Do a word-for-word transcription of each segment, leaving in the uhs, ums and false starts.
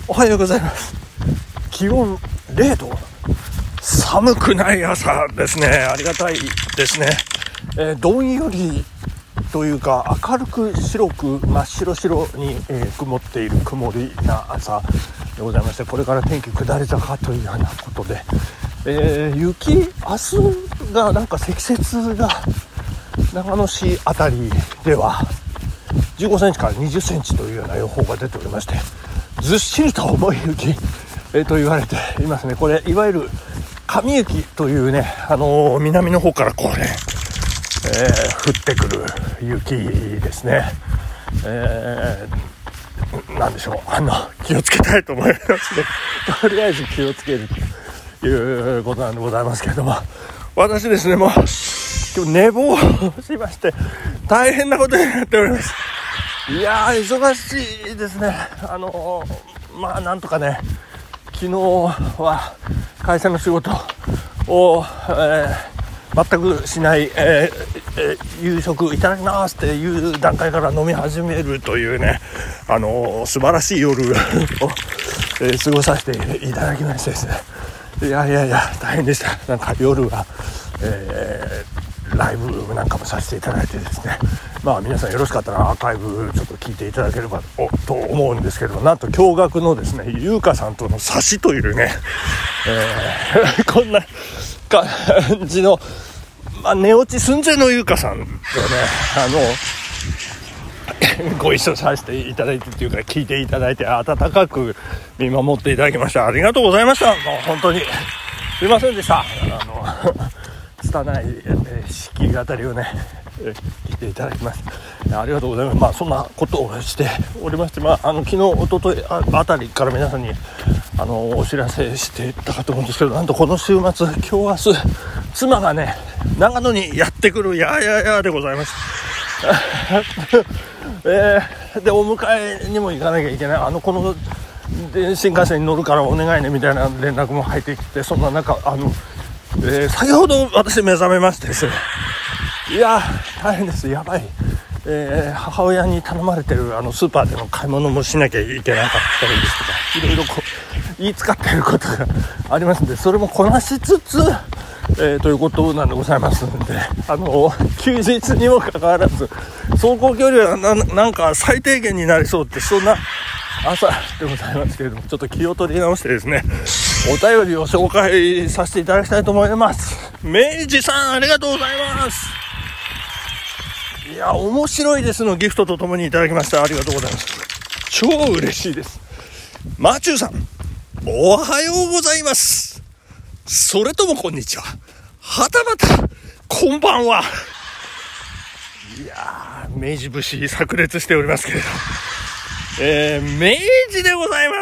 おはようございます。気温れいど、寒くない朝ですね。ありがたいですね。えー、どんよりというか明るく白く真っ白白に、えー、曇っている曇りな朝でございまして、これから天気下り坂というようなことで、えー、雪明日がなんか積雪が長野市あたりではじゅうごセンチからにじゅっセンチというような予報が出ておりまして、ずっしりと重い雪、えー、と言われていますね。これいわゆる神雪というね、あのー、南の方からこうね、えー、降ってくる雪ですね。えー、なんでしょう、あの気をつけたいと思いますね。とりあえず気をつけるということなんでございますけれども、私ですね、もう今日寝坊しまして大変なことになっております。いやー忙しいですね。あのー、まあなんとかね、昨日は会社の仕事を、えー、全くしない、えーえー、夕食いただきますっていう段階から飲み始めるというね、あのー、素晴らしい夜を、えー、過ごさせていただきましてですね、いやいやいや大変でした。なんか夜は、えー、ライブなんかもさせていただいてですね、まあ皆さんよろしかったらアーカイブちょっと聞いていただければと思うんですけど、なんと驚愕のですね、ゆうかさんとの差しというね、えー、こんな感じの、まあ、寝落ち寸前のゆうかさんとね、あのご一緒させていただいてというか聞いていただいて温かく見守っていただきました。ありがとうございました。もう本当にすいませんでした。あの拙い、えー、弾き語りをね、えー、聞いていただきましたありがとうございます。まあそんなことをしておりまして、まあ、あの昨日一昨日 あ, あたりから皆さんにあのお知らせしていたかと思うんですけど、なんとこの週末今日明日妻がね長野にやってくるやーやーやーでございます。えー、でお迎えにも行かなきゃいけない。あのこので新幹線に乗るからお願いねみたいな連絡も入ってきて、そんな中あの、えー、先ほど私目覚めましてですね、いや大変です。やばい、えー、母親に頼まれてるあのスーパーでの買い物もしなきゃいけなかったりですとか、いろいろこう言いつかっていることがありますので、それもこなしつつ、えー、ということなんでございますので、あの休日にもかかわらず走行距離は な, なんか最低限になりそうって、そんな朝でございますけれども、ちょっと気を取り直してですね、お便りを紹介させていただきたいと思います。明治さんありがとうございます。いや面白いですのギフトとともにいただきました。ありがとうございます。超嬉しいです。マチューさんおはようございます。それともこんにちは、はたまたこんばんは。いやー明治節炸裂しておりますけれど、えー、明治でございます。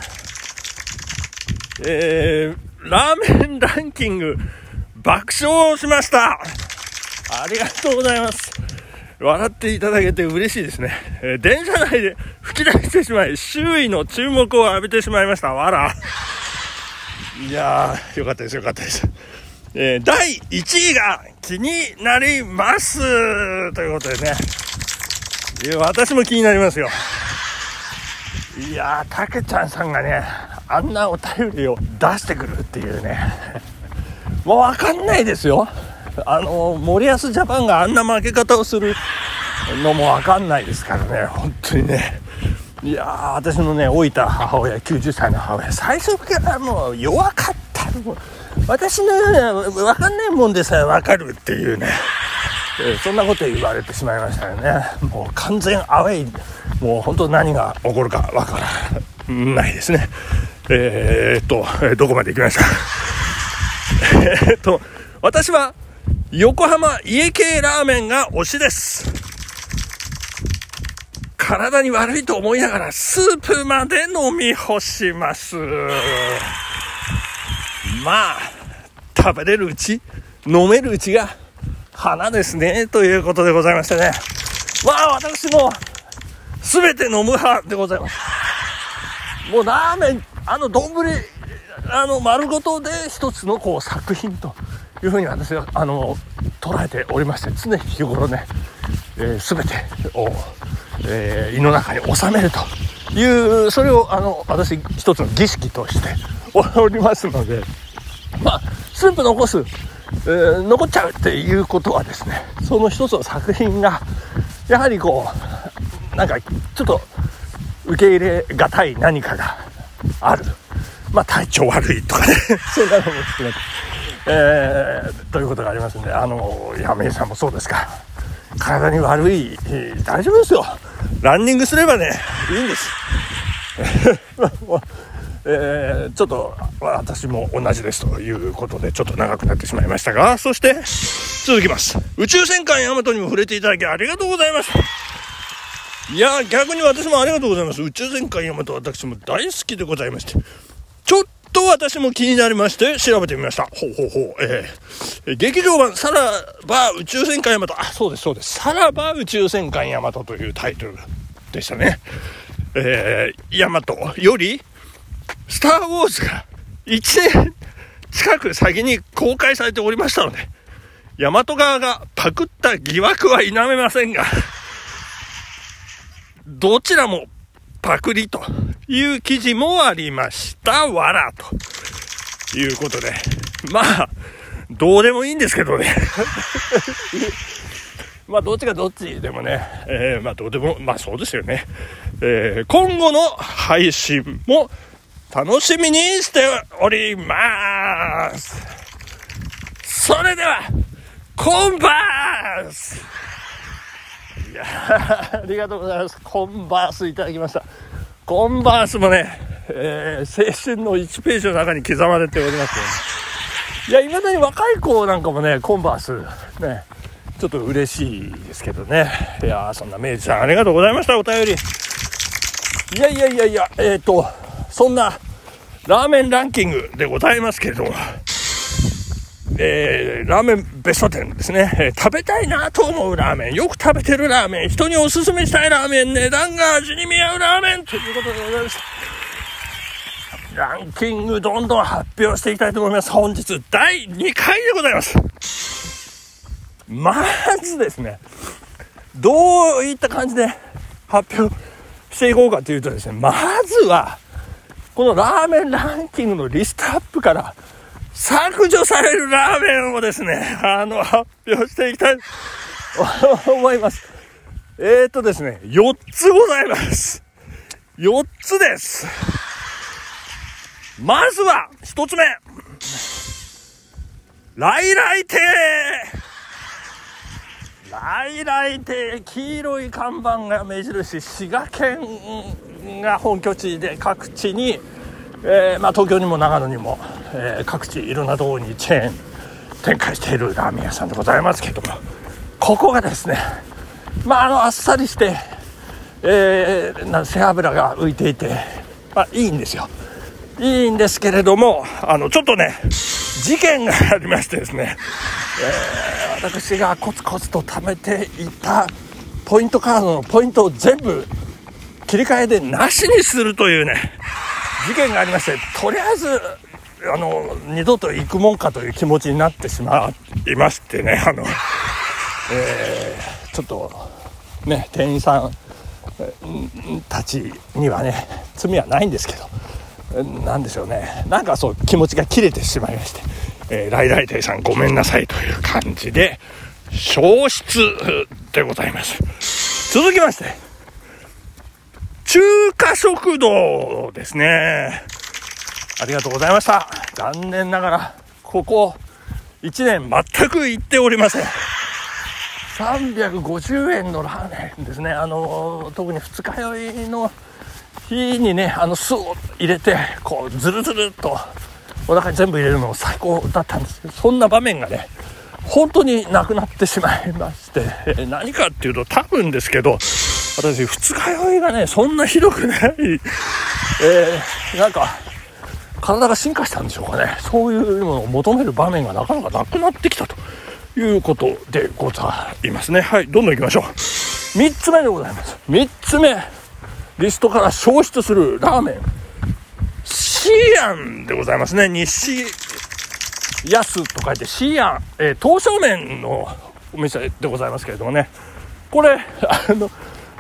えー、ラーメンランキング爆笑しました。ありがとうございます。笑っていただけて嬉しいですね。えー、電車内で吹き出してしまい周囲の注目を浴びてしまいました。わら。いやーよかったですよかったです。えー、だいいちいが気になりますということでね、いや私も気になりますよ。いやーたけちゃんさんがねあんなお便りを出してくるっていうね、もう分かんないですよ。あの森保ジャパンがあんな負け方をするのも分かんないですからね、本当にね。いやー私のね老いた母親、きゅうじゅっさいの母親、最初からもう弱かった。もう私のような分かんないもんでさえ分かるっていうね、えー、そんなこと言われてしまいましたよね。もう完全アウェイ、もう本当何が起こるか分からないですね。えー、っとどこまで行きましたえーっと私は横浜家系ラーメンが推しです。体に悪いと思いながらスープまで飲み干します。まあ食べれるうち飲めるうちが花ですねということでございましてね、まあ私も全て飲む派でございます。もうラーメンあの丼あの丸ごとで一つのこう作品というふうに私はあの捉えておりまして、常日頃ね、えー、全てを、えー、胃の中に収めるというそれをあの私一つの儀式としておりますので、まあスープ残す、えー、残っちゃうっていうことはですね、その一つの作品がやはりこうなんかちょっと受け入れがたい何かがある、まあ体調悪いとかねそんなのも含めて、えー、ということがありますんで、あのやめいさんもそうですが、体に悪い、えー、大丈夫ですよ。ランニングすればねいいんですえー、ちょっと私も同じですということでちょっと長くなってしまいましたが、そして続きます。宇宙戦艦ヤマトにも触れていただきありがとうございます。いや逆に私もありがとうございます。宇宙戦艦ヤマト私も大好きでございまして、ちょっと私も気になりまして調べてみました。ほうほうほう、えー、劇場版さらば宇宙戦艦ヤマト、あそうですそうです、さらば宇宙戦艦ヤマトというタイトルでしたね。えー、ヤマトよりスターウォーズがいちねん近く先に公開されておりましたので、ヤマト側がパクった疑惑は否めませんが、どちらもパクリという記事もありましたわらということで、まあどうでもいいんですけどねまあどっちがどっちでもね、えー、まあどうでもまあそうですよね、えー、今後の配信も楽しみにしております。それではコンバース、いやありがとうございます。コンバースいただきました。コンバースもね、えー、青春のいちページの中に刻まれておりますよね。いや未だに若い子なんかもねコンバースねちょっと嬉しいですけどね。いやそんな明治さんありがとうございました。お便り、いやいやいやいやえっとそんなラーメンランキングでございますけれども、えー、ラーメンベストじゅうですね、えー、食べたいなと思うラーメン、よく食べてるラーメン、人におすすめしたいラーメン、値段が味に見合うラーメンということでございます。ランキングどんどん発表していきたいと思います。本日だいにかいでございます。まずですね、どういった感じで発表していこうかというとですね、まずはこのラーメンランキングのリストアップから削除されるラーメンをですね、あの発表していきたいと思います。えーとですねよっつございます。よっつです。まずはひとつめ、来来亭。来来亭、黄色い看板が目印、滋賀県が本拠地で各地に、えーまあ、東京にも長野にも、えー、各地いろんなところにチェーン展開しているラーメン屋さんでございますけれども、ここがですね、まあ、あのあっさりして、えー、な背脂が浮いていて、まあ、いいんですよ。いいんですけれども、あのちょっとね事件がありましてですね、えー、私がコツコツと貯めていたポイントカードのポイントを全部切り替えでなしにするというね事件がありまして、とりあえずあの二度と行くもんかという気持ちになってしまいましてね、あの、えー、ちょっとね店員さんたちにはね罪はないんですけど、なんでしょうね、なんかそう気持ちが切れてしまいまして、えー、来来亭さんごめんなさいという感じで消失でございます。続きまして中華食堂ですね。ありがとうございました。残念ながらここいちねん全く行っておりません。さんびゃくごじゅうえんのラーメンですね。あの特に二日酔いの日にね、あの酢を入れてこうズルズルっとお腹に全部入れるのも最高だったんですけど、そんな場面がね本当になくなってしまいまして、えー、何かっていうと多分ですけど、私二日酔いがねそんなひどくない、えー、なんか体が進化したんでしょうかね。そういうものを求める場面がなかなかなくなってきたということでございますね。はい、どんどん行きましょう。みっつめでございます。みっつめ、リストから消失するラーメンシーアンでございますね。西安と書いてシーアン、えー、刀削麺のお店でございますけれどもね、これあの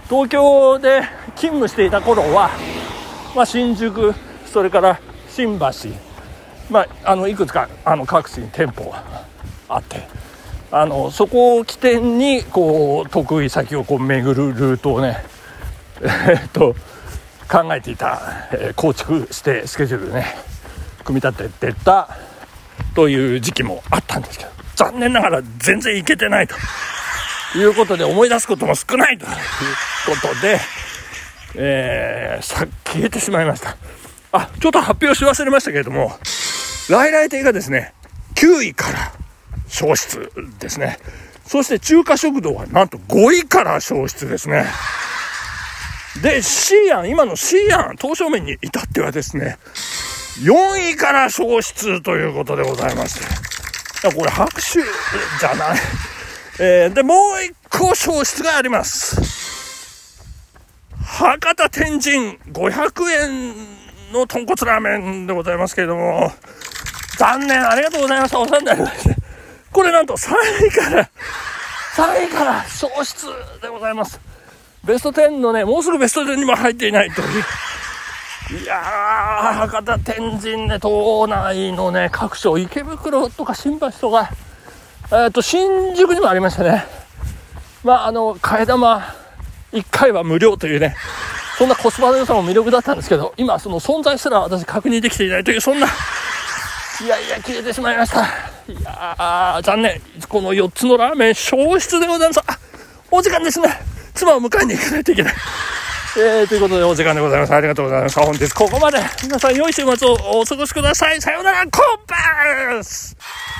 東京で勤務していた頃は、まあ、新宿、それから新橋、まあ、あのいくつかあの各地に店舗があって、あのそこを起点にこう得意先をこう巡るルートをね、えー、っと考えていた、えー、構築してスケジュールでね組み立ててたという時期もあったんですけど、残念ながら全然いけてないということで、思い出すことも少ないということで、えー、さ消えてしまいました。あ、ちょっと発表し忘れましたけれども、来来亭がですねきゅういから消失ですね。そして中華食堂はなんとごいから消失ですね。で C 案、今の C 案刀削麺に至ってはですねよんいから消失ということでございまして、これ拍手じゃない、えー、でもう一個消失があります。博多天神ごひゃくえんの豚骨ラーメンでございますけれども、残念、ありがとうございました。お世話になりまして、これなんとさんいからさんいから消失でございます。ベストじゅうのね、もうすぐベストじゅうにも入っていないという。いやー、博多天神ね、島内のね各所、池袋とか新橋とか、えー、と新宿にもありましたね。まああの替え玉いっかいは無料というね、そんなコスパの良さも魅力だったんですけど、今その存在すら私確認できていないという、そんな、いやいや消えてしまいました。いやー残念、このよっつのラーメン消失でございます。あ、お時間ですね。妻を迎えに行かないといけない、えー、ということでお時間でございます。ありがとうございます。本日ここまで。皆さん良い週末をお過ごしください。さようなら。コンパス。